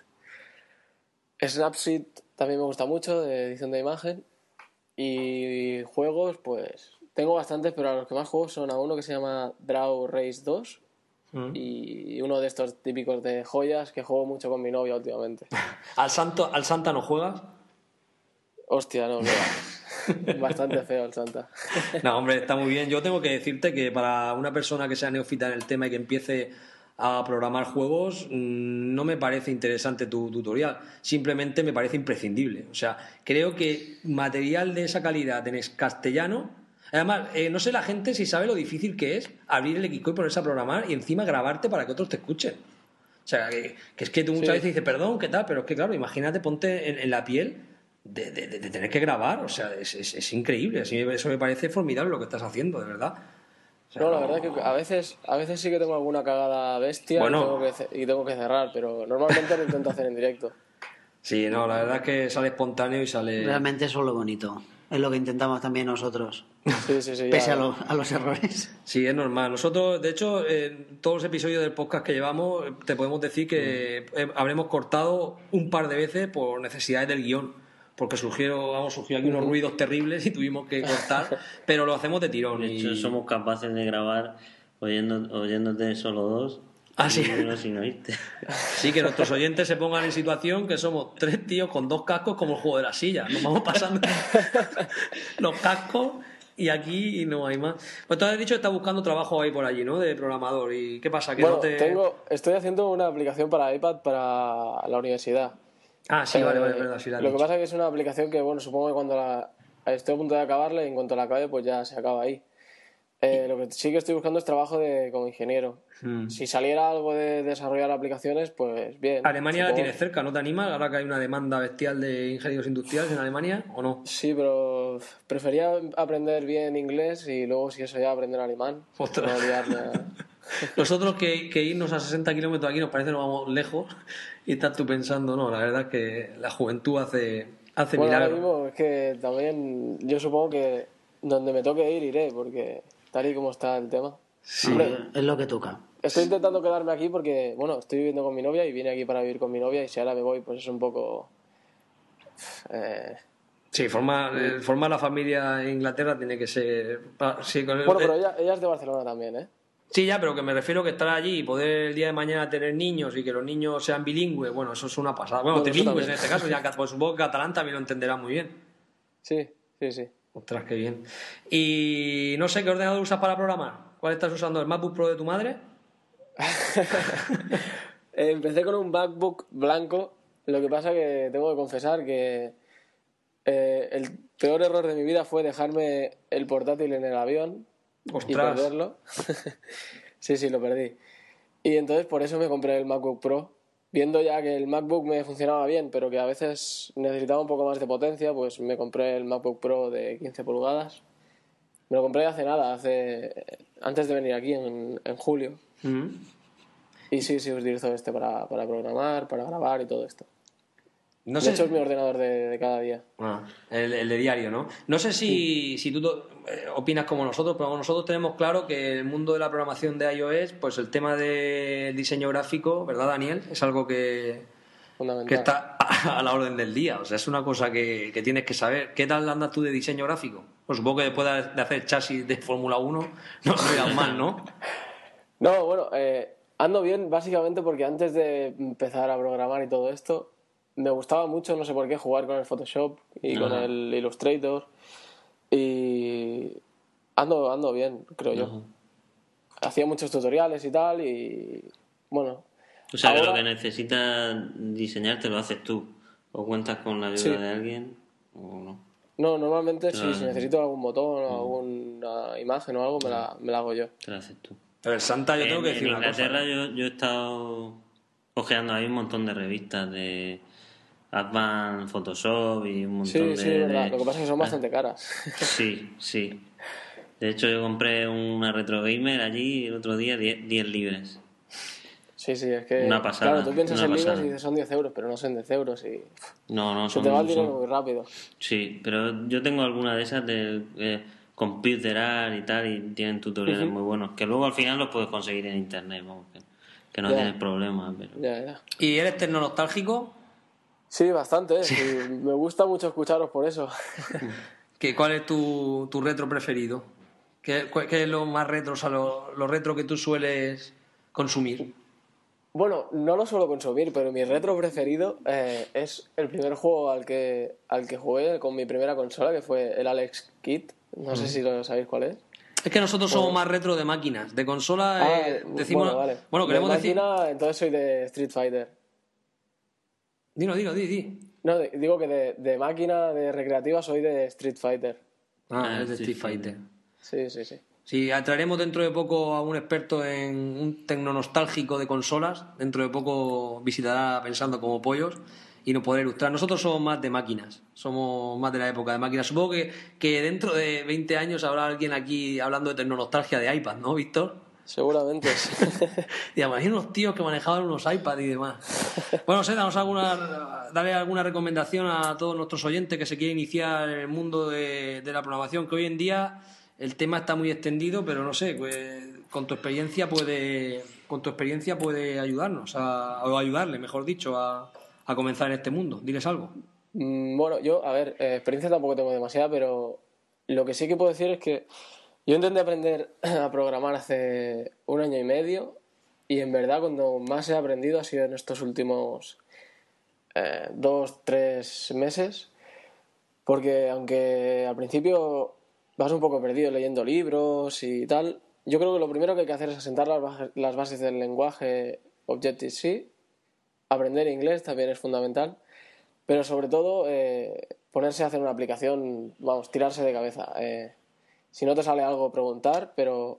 Snapseed también me gusta mucho, de edición de imagen. Y juegos, pues tengo bastantes, pero a los que más juego son a uno que se llama Draw Race dos Mm. y uno de estos típicos de joyas que juego mucho con mi novia últimamente. ¿Al, Santo, ¿Al Santa no juegas? Hostia, no, no. Bastante feo el Santa. No, hombre, está muy bien. Yo tengo que decirte que para una persona que sea neófita en el tema y que empiece a, a programar juegos, no me parece interesante tu tutorial. Simplemente me parece imprescindible. O sea, creo que material de esa calidad en castellano... Además, eh, no sé la gente si sabe lo difícil que es abrir el Xcode y ponerse a programar y encima grabarte para que otros te escuchen. O sea, que, que es que tú muchas sí. veces dices, perdón, ¿qué tal? Pero es que, claro, imagínate, ponte en, en la piel de, de, de tener que grabar. O sea, es, es, es increíble. Así, eso me parece formidable lo que estás haciendo, de verdad. O sea, no, la verdad es que a veces, a veces sí que tengo alguna cagada bestia bueno, y, tengo que, y tengo que cerrar, pero normalmente lo intento hacer en directo. Sí, no, la verdad es que sale espontáneo y sale... Realmente eso es lo bonito. Es lo que intentamos también nosotros. Sí, sí, sí. Pese a, lo, a los errores. Sí, es normal. Nosotros, de hecho, en todos los episodios del podcast que llevamos, te podemos decir que mm. habremos cortado un par de veces por necesidades del guión. Porque surgieron, vamos, surgió aquí unos ruidos terribles y tuvimos que cortar, pero lo hacemos de tirón. De hecho, y... somos capaces de grabar oyendo, oyéndote solo dos. Ah, sí. Uno sin oírte. Sí, que nuestros oyentes se pongan en situación que somos tres tíos con dos cascos como el juego de la silla. Nos vamos pasando los cascos y aquí no hay más. Pues tú has dicho que estás buscando trabajo ahí por allí, ¿no? De programador. ¿Y qué pasa? ¿Que bueno, no te... tengo, estoy haciendo una aplicación para iPad para la universidad. Ah, sí, eh, vale, vale, verdad, sí la Lo dicho. que pasa es que es una aplicación que, bueno, supongo que cuando la estoy a punto de acabarla y en cuanto la acabe, pues ya se acaba ahí. Eh, lo que sí que estoy buscando es trabajo de, como ingeniero. Hmm. Si saliera algo de desarrollar aplicaciones, pues bien. Alemania supongo... la tiene cerca, ¿no te animas? Ahora que hay una demanda bestial de ingenieros industriales en Alemania, ¿o no? Sí, pero prefería aprender bien inglés y luego, si eso ya, aprender alemán. Ostras. No olvidarme a... Nosotros que, que irnos a sesenta kilómetros aquí nos parece que nos vamos lejos y estás tú pensando, no, la verdad es que la juventud hace, hace bueno, milagros. Ahora mismo es que también yo supongo que donde me toque ir, iré, porque tal y como está el tema. Sí, hombre, es lo que toca. Estoy intentando quedarme aquí porque, bueno, estoy viviendo con mi novia y vine aquí para vivir con mi novia y si ahora me voy, pues es un poco... Eh... Sí, formar, eh, formar la familia en Inglaterra tiene que ser... Sí, con el... Bueno, pero ella, ella es de Barcelona también, ¿eh? Sí, ya, pero que me refiero que estar allí y poder el día de mañana tener niños y que los niños sean bilingües, bueno, eso es una pasada. Bueno, bueno trilingües en este caso, ya pues supongo que catalán también lo entenderá muy bien. Sí, sí, sí. Ostras, qué bien. Y no sé, ¿qué ordenador usas para programar? ¿Cuál estás usando? ¿El MacBook Pro de tu madre? Empecé con un MacBook blanco, lo que pasa que tengo que confesar que eh, el peor error de mi vida fue dejarme el portátil en el avión. Ostras. Y perderlo. Sí, sí, lo perdí. Y entonces por eso me compré el MacBook Pro. Viendo ya que el MacBook me funcionaba bien, pero que a veces necesitaba un poco más de potencia, pues me compré el MacBook Pro de quince pulgadas. Me lo compré hace nada, hace antes de venir aquí, en, en julio. Mm-hmm. Y sí, sí, utilizo este para, para programar, para grabar y todo esto. No de sé... hecho, es mi ordenador de, de cada día. Ah, el, el de diario, ¿no? No sé si, sí. si tú eh, opinas como nosotros, pero nosotros tenemos claro que el mundo de la programación de iOS, pues el tema del diseño gráfico, ¿verdad, Daniel? Es algo que, que está a, a la orden del día. O sea, es una cosa que, que tienes que saber. ¿Qué tal andas tú de diseño gráfico? Pues supongo que después de hacer chasis de Fórmula uno no lo irás mal, ¿no? No, bueno, eh, ando bien básicamente porque antes de empezar a programar y todo esto... Me gustaba mucho, no sé por qué, jugar con el Photoshop y uh-huh. con el Illustrator y ando, ando bien, creo yo. Uh-huh. Hacía muchos tutoriales y tal y bueno. O sea, ahora... que lo que necesitas diseñar te lo haces tú o cuentas con la ayuda sí. de alguien o no. No, normalmente sí, si necesito algún botón o uh-huh. alguna imagen o algo me la, me la hago yo. Te la haces tú. Pero el Santa yo en, tengo que decir en una Inglaterra cosa. yo, yo he estado ojeando ahí un montón de revistas de Advanced Photoshop y un montón sí, de... Sí, es verdad. De... Lo que pasa es que son bastante caras. Sí, sí. De hecho, yo compré una Retro Gamer allí el otro día, diez libras. Sí, sí, es que... Una pasada. Claro, tú piensas en libras y dices son diez euros, pero no son diez euros y... No, no, se son... te va el dinero son... muy rápido. Sí, pero yo tengo alguna de esas de eh, Computer Art y tal y tienen tutoriales uh-huh. muy buenos, que luego al final los puedes conseguir en internet, vamos, que, que no ya. tienes problemas. Pero... Ya, ya. ¿Y eres tecnonostálgico? Sí, bastante, ¿eh? Sí, me gusta mucho escucharos por eso. ¿Qué, ¿Cuál es tu, tu retro preferido? ¿Qué, ¿Qué es lo más retro, o sea, lo, lo retro que tú sueles consumir? Bueno, no lo suelo consumir, pero mi retro preferido eh, es el primer juego al que, al que jugué con mi primera consola, que fue el Alex Kidd. No mm. sé si lo sabéis cuál es. Es que nosotros somos Bueno. más retro de máquinas. De consola Ah, eh, decimos... bueno, vale. Bueno, queremos de decir... máquina, entonces soy de Street Fighter. Dino, dino, di, di. No, de- digo que de, de máquina, de recreativa, soy de Street Fighter. Ah, Ah, es de sí, Street sí. Fighter. Sí, sí, sí. Sí, traeremos dentro de poco a un experto en un tecnonostálgico de consolas. Dentro de poco visitará Pensando como Pollos y nos podrá ilustrar. Nosotros somos más de máquinas, somos más de la época de máquinas. Supongo que, que dentro de veinte años habrá alguien aquí hablando de tecnonostalgia de iPad, ¿no, Víctor? Seguramente. Y además hay unos tíos que manejaban unos iPads y demás. Bueno, no sé, danos alguna, dale alguna recomendación a todos nuestros oyentes que se quieren iniciar en el mundo de, de la programación, que hoy en día el tema está muy extendido, pero no sé, pues, con tu experiencia puede, con tu experiencia puede ayudarnos, a, o ayudarle, mejor dicho, a, a comenzar en este mundo. Diles algo. Mm, Bueno, yo, a ver, eh, experiencia tampoco tengo demasiada, pero lo que sí que puedo decir es que yo intenté aprender a programar hace un año y medio y en verdad cuando más he aprendido ha sido en estos últimos eh, dos, tres meses, porque aunque al principio vas un poco perdido leyendo libros y tal, yo creo que lo primero que hay que hacer es asentar las bases, las bases del lenguaje Objective-C, aprender inglés también es fundamental, pero sobre todo eh, ponerse a hacer una aplicación, vamos, tirarse de cabeza. Eh, si no te sale algo, preguntar, pero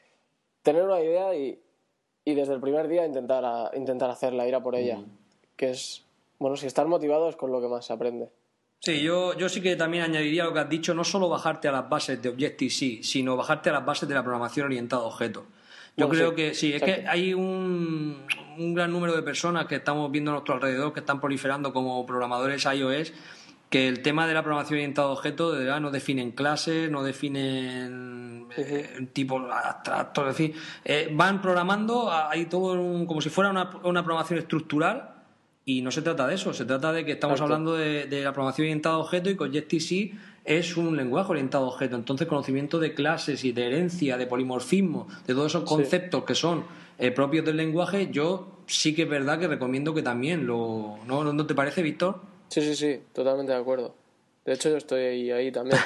tener una idea y, y desde el primer día intentar, a, intentar hacerla, ir a por ella, mm. que es, bueno, si estar motivado es con lo que más se aprende. Sí, yo, yo sí que también añadiría lo que has dicho, no solo bajarte a las bases de Objective-C, sino bajarte a las bases de la programación orientada a objetos. Yo bueno, creo sí, que sí, es exacto. que hay un, un gran número de personas que estamos viendo a nuestro alrededor que están proliferando como programadores iOS, que el tema de la programación orientada a objetos de verdad no definen clases, no definen eh, tipos abstractos, en fin, eh, van programando ahí todo un, como si fuera una, una programación estructural. Y no se trata de eso, se trata de que estamos Exacto. hablando de, de la programación orientada a objetos y que Objective-C es un lenguaje orientado a objetos. Entonces, conocimiento de clases y de herencia, de polimorfismo, de todos esos conceptos sí. que son eh, propios del lenguaje, yo sí que es verdad que recomiendo que también lo... ¿No, ¿No te parece, Víctor? Sí, sí, sí, totalmente de acuerdo. De hecho, yo estoy ahí, ahí también.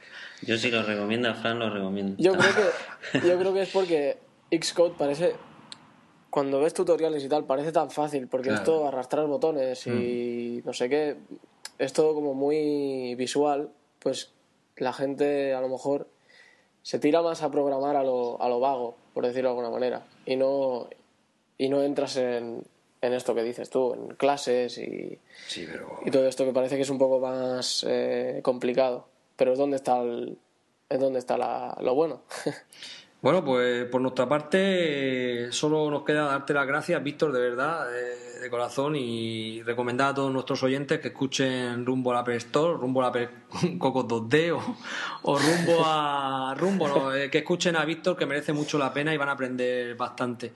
Yo sí lo recomiendo, a Fran lo recomiendo. Yo creo que, yo creo que es porque Xcode parece... Cuando ves tutoriales y tal, parece tan fácil, porque claro. es todo arrastrar botones y mm. no sé qué, es todo como muy visual, pues la gente a lo mejor se tira más a programar a lo, a lo vago, por decirlo de alguna manera, y no, y no entras en, en esto que dices tú, en clases y, sí, pero... y todo esto que parece que es un poco más eh, complicado, pero es donde está, el, es donde está la, lo bueno. Bueno, pues por nuestra parte solo nos queda darte las gracias, Víctor, de verdad, de, de corazón, y recomendar a todos nuestros oyentes que escuchen Rumbo a la Apple Store, Rumbo a la Apple Cocos dos D o, o Rumbo a Rumbo, ¿no? que escuchen a Víctor, que merece mucho la pena y van a aprender bastante.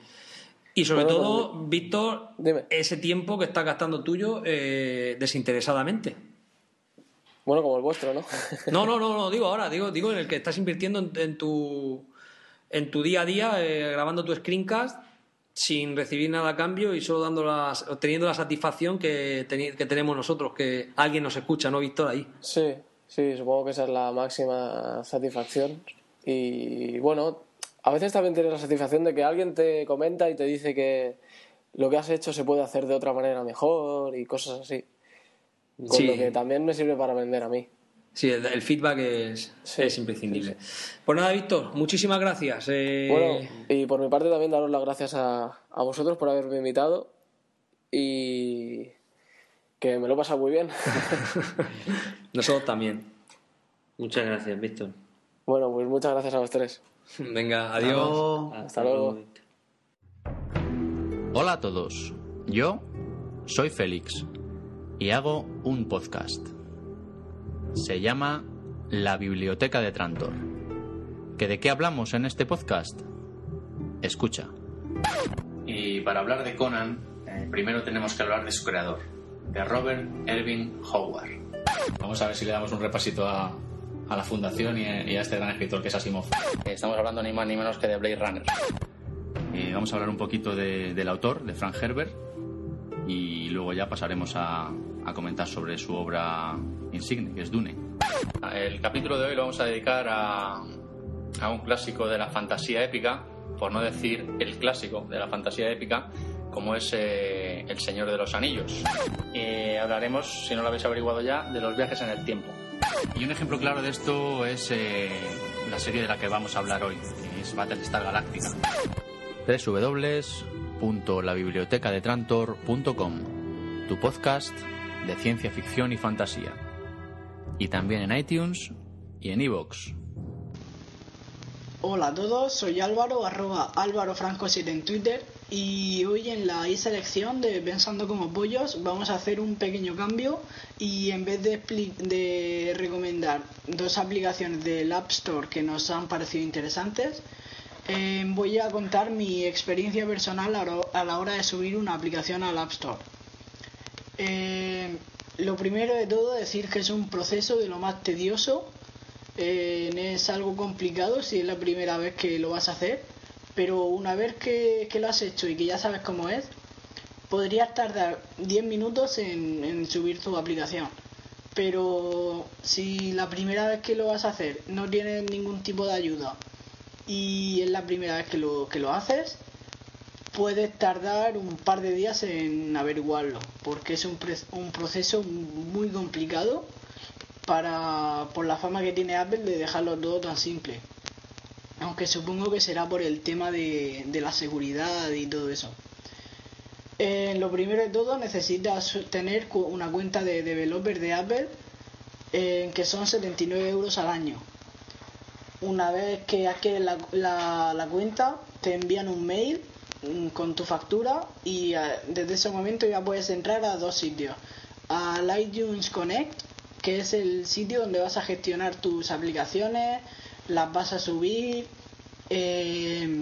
Y sobre bueno, todo, pues, Víctor, dime. Ese tiempo que estás gastando tuyo eh, desinteresadamente. Bueno, como el vuestro, ¿no? No, no, no, no digo ahora, digo, digo en el que estás invirtiendo en, en tu... en tu día a día, eh, grabando tu screencast sin recibir nada a cambio y solo dando las, obteniendo la satisfacción que, teni, que tenemos nosotros, que alguien nos escucha, ¿no, Víctor? Ahí. Sí, sí, supongo que esa es la máxima satisfacción. Y bueno, a veces también tienes la satisfacción de que alguien te comenta y te dice que lo que has hecho se puede hacer de otra manera mejor y cosas así. Con sí. lo que también me sirve para aprender a mí. Sí, el, el feedback es, sí, es imprescindible. Sí, sí. Pues nada, Víctor, muchísimas gracias. Eh... Bueno, y por mi parte también daros las gracias a, a vosotros por haberme invitado y que me lo he pasado muy bien. Nosotros también. Muchas gracias, Víctor. Bueno, pues muchas gracias a los tres. Venga, adiós. Hasta, Hasta luego. luego. Hola a todos, yo soy Félix y hago un podcast. Se llama La Biblioteca de Trantor. ¿Que de qué hablamos en este podcast? Escucha. Y para hablar de Conan, eh, primero tenemos que hablar de su creador, de Robert Irving Howard. Vamos a ver si le damos un repasito a, a la fundación y a, y a este gran escritor que es Asimov. Estamos hablando ni más ni menos que de Blade Runner. Eh, vamos a hablar un poquito de, del autor, de Frank Herbert, y luego ya pasaremos a, a comentar sobre su obra insigne, que es Dune. El capítulo de hoy lo vamos a dedicar a, a un clásico de la fantasía épica, por no decir el clásico de la fantasía épica, como es eh, El Señor de los Anillos. Eh, hablaremos, si no lo habéis averiguado ya, de los viajes en el tiempo. Y un ejemplo claro de esto es eh, la serie de la que vamos a hablar hoy, que es Battlestar Galactica. doble u doble u doble u punto la biblioteca de trantor punto com, tu podcast de ciencia ficción y fantasía. Y también en iTunes y en iVoox. Hola a todos, soy Álvaro, arroba Álvaro Franco siete en Twitter, y hoy en la selección de Pensando como Pollos vamos a hacer un pequeño cambio y en vez de, de recomendar dos aplicaciones del App Store que nos han parecido interesantes, eh, voy a contar mi experiencia personal a la hora de subir una aplicación al App Store. Eh, lo primero de todo, decir que es un proceso de lo más tedioso. Eh, es algo complicado si es la primera vez que lo vas a hacer, pero una vez que, que lo has hecho y que ya sabes cómo es, podrías tardar diez minutos en, en subir tu aplicación. Pero si la primera vez que lo vas a hacer no tienes ningún tipo de ayuda y es la primera vez que lo, que lo haces, puedes tardar un par de días en averiguarlo, porque es un, pre- un proceso muy complicado para por la fama que tiene Apple de dejarlo todo tan simple, aunque supongo que será por el tema de, de la seguridad y todo eso. Eh, lo primero de todo, necesitas tener una cuenta de developer de Apple, eh, que son setenta y nueve euros al año. Una vez que adquieres la, la, la cuenta, te envían un mail mm, con tu factura, y uh, desde ese momento ya puedes entrar a dos sitios: al iTunes Connect, que es el sitio donde vas a gestionar tus aplicaciones, las vas a subir, eh,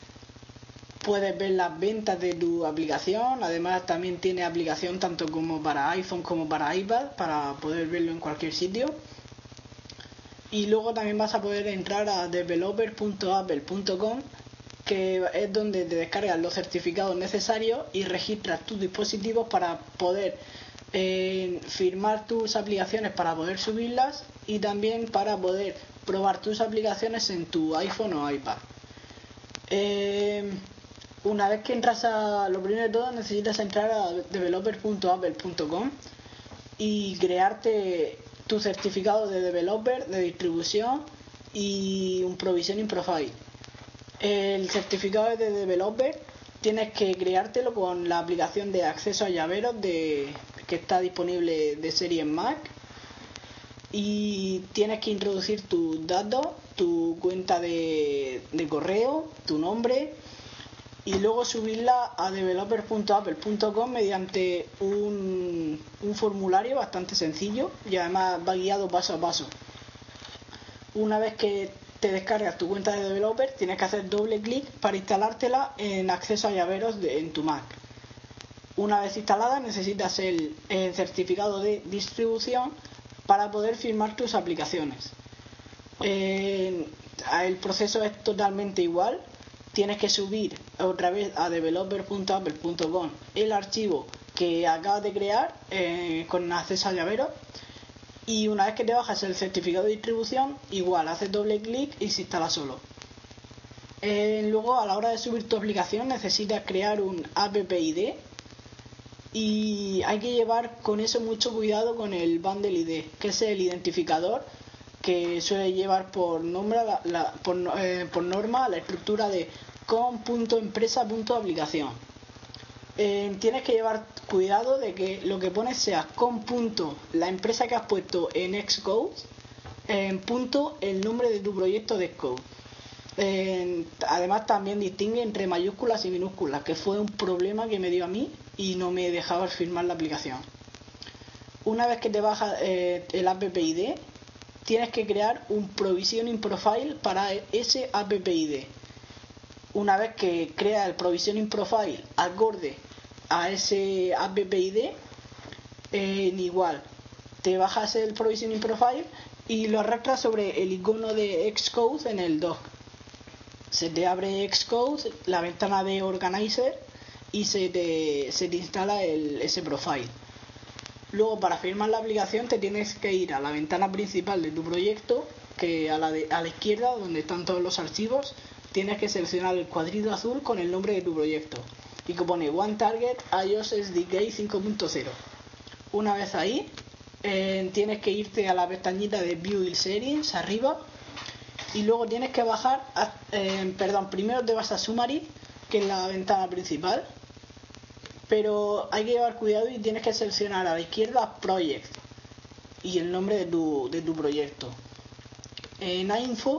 puedes ver las ventas de tu aplicación. Además también tiene aplicación tanto como para iPhone como para iPad, para poder verlo en cualquier sitio. Y luego también vas a poder entrar a developer punto apple punto com, que es donde te descargas los certificados necesarios y registras tus dispositivos para poder Eh, firmar tus aplicaciones para poder subirlas, y también para poder probar tus aplicaciones en tu iPhone o iPad. Eh, una vez que entras a lo primero de todo, necesitas entrar a developer punto apple punto com y crearte tu certificado de developer, de distribución y un provisioning profile. El certificado de developer tienes que creártelo con la aplicación de acceso a llaveros de que está disponible de serie en Mac, y tienes que introducir tus datos, tu cuenta de, de correo, tu nombre, y luego subirla a developer punto apple punto com mediante un, un formulario bastante sencillo, y además va guiado paso a paso. Una vez que te descargas tu cuenta de developer, tienes que hacer doble clic para instalártela en acceso a llaveros de, en tu Mac. Una vez instalada, necesitas el, el certificado de distribución para poder firmar tus aplicaciones. Eh, el proceso es totalmente igual. Tienes que subir otra vez a developer punto apple punto com el archivo que acabas de crear eh, con acceso a llaveros, y una vez que te bajas el certificado de distribución, igual haces doble clic y se instala solo. Eh, luego, a la hora de subir tu aplicación, necesitas crear un app I D, y hay que llevar con eso mucho cuidado con el bundle I D, que es el identificador que suele llevar por, nombre, la, la, por, eh, por norma la estructura de com punto empresa punto aplicación. Eh, tienes que llevar cuidado de que lo que pones sea com punto la empresa que has puesto en Xcode, en punto el nombre de tu proyecto de Xcode. Eh, además también distingue entre mayúsculas y minúsculas, que fue un problema que me dio a mí y no me dejaba firmar la aplicación. Una vez que te bajas eh, el app I D, tienes que crear un provisioning profile para ese app I D. Una vez que creas el provisioning profile acorde a ese app I D, eh, igual te bajas el provisioning profile y lo arrastras sobre el icono de Xcode en el dock. Se te abre Xcode, la ventana de Organizer, y se te, se te instala el, ese profile. Luego, para firmar la aplicación, te tienes que ir a la ventana principal de tu proyecto que a la, de, a la izquierda, donde están todos los archivos, tienes que seleccionar el cuadrito azul con el nombre de tu proyecto y que pone One Target iOS S D K cinco punto cero. Una vez ahí, eh, tienes que irte a la pestañita de View Settings arriba y luego tienes que bajar, a, eh, perdón, primero te vas a Summary, que es la ventana principal, pero hay que llevar cuidado y tienes que seleccionar a la izquierda Project y el nombre de tu, de tu proyecto. En Info,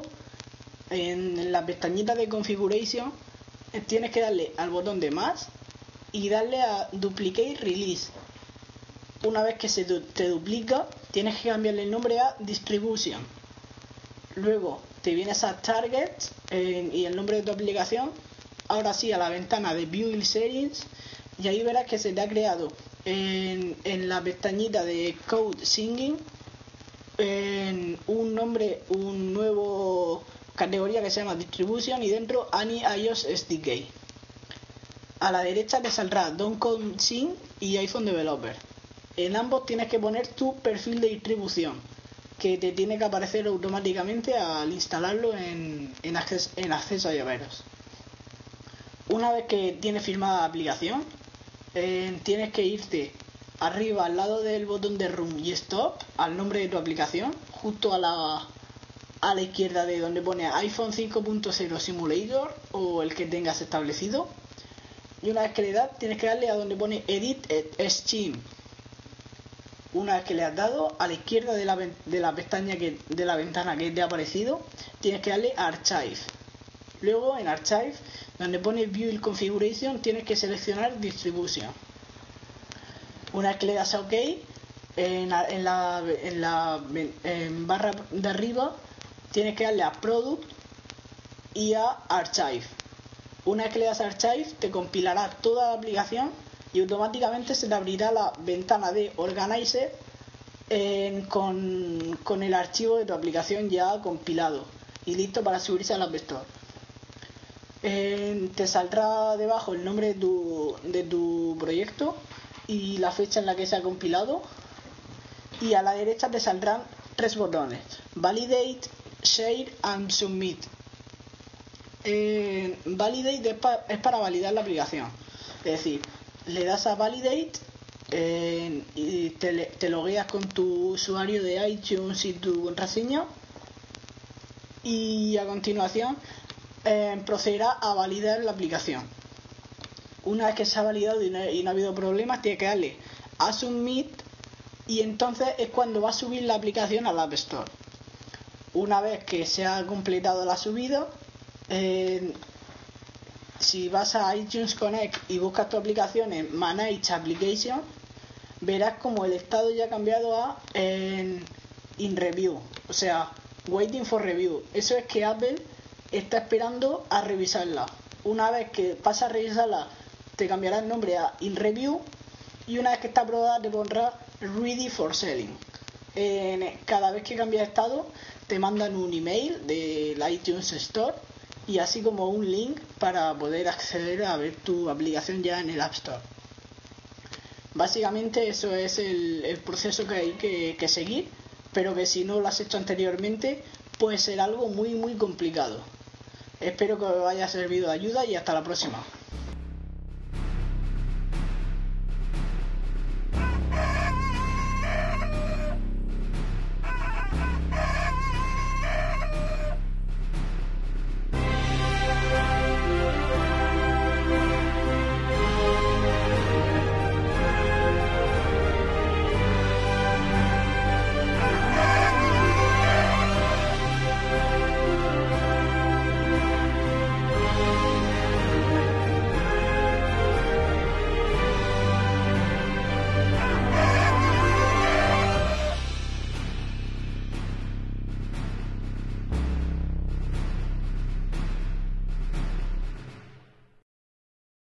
en la pestañita de Configuration, tienes que darle al botón de más y darle a Duplicate Release. Una vez que se te duplica, tienes que cambiarle el nombre a Distribution. Luego te vienes a Target eh, y el nombre de tu aplicación. Ahora sí a la ventana de View Settings y ahí verás que se te ha creado en, en la pestañita de Code Singing en un nombre, un nuevo categoría que se llama Distribution y dentro Any iOS S D K. A la derecha te saldrá Don't Code Sing y iPhone Developer. En ambos tienes que poner tu perfil de distribución, que te tiene que aparecer automáticamente al instalarlo en, en, acceso, en acceso a llaveros. Una vez que tienes firmada la aplicación, eh, tienes que irte arriba al lado del botón de Run y Stop al nombre de tu aplicación, justo a la, a la izquierda de donde pone iPhone cinco punto cero Simulator o el que tengas establecido. Y una vez que le das, tienes que darle a donde pone Edit Scheme. Una vez que le has dado, a la izquierda de la, de la pestaña que, de la ventana que te ha aparecido, tienes que darle a Archive. Luego en Archive, donde pone View Configuration, tienes que seleccionar Distribution. Una vez que le das a OK, en la, en la, en la en barra de arriba, tienes que darle a Product y a Archive. Una vez que le das a Archive, te compilará toda la aplicación y automáticamente se te abrirá la ventana de Organizer eh, con, con el archivo de tu aplicación ya compilado y listo para subirse al App Store. Eh, te saldrá debajo el nombre de tu, de tu proyecto y la fecha en la que se ha compilado, y a la derecha te saldrán tres botones: Validate, Share and Submit. Eh, validate es, pa, es para validar la aplicación, es decir, le das a Validate eh, y te, te logueas con tu usuario de iTunes y tu contraseña, y a continuación eh, procederá a validar la aplicación. Una vez que se ha validado y no, y no ha habido problemas, tiene que darle a Submit y entonces es cuando va a subir la aplicación al App Store. Una vez que se ha completado la subida, eh, si vas a iTunes Connect y buscas tu aplicación en Manage Application, verás como el estado ya ha cambiado a en In Review, o sea, Waiting for Review. Eso es que Apple está esperando a revisarla. Una vez que pasa a revisarla, te cambiará el nombre a In Review, y una vez que está aprobada te pondrá Ready for Selling. En, cada vez que cambia de estado te mandan un email de la iTunes Store y así como un link para poder acceder a ver tu aplicación ya en el App Store. Básicamente eso es el, el proceso que hay que, que seguir, pero que si no lo has hecho anteriormente puede ser algo muy muy complicado. Espero que os haya servido de ayuda y hasta la próxima.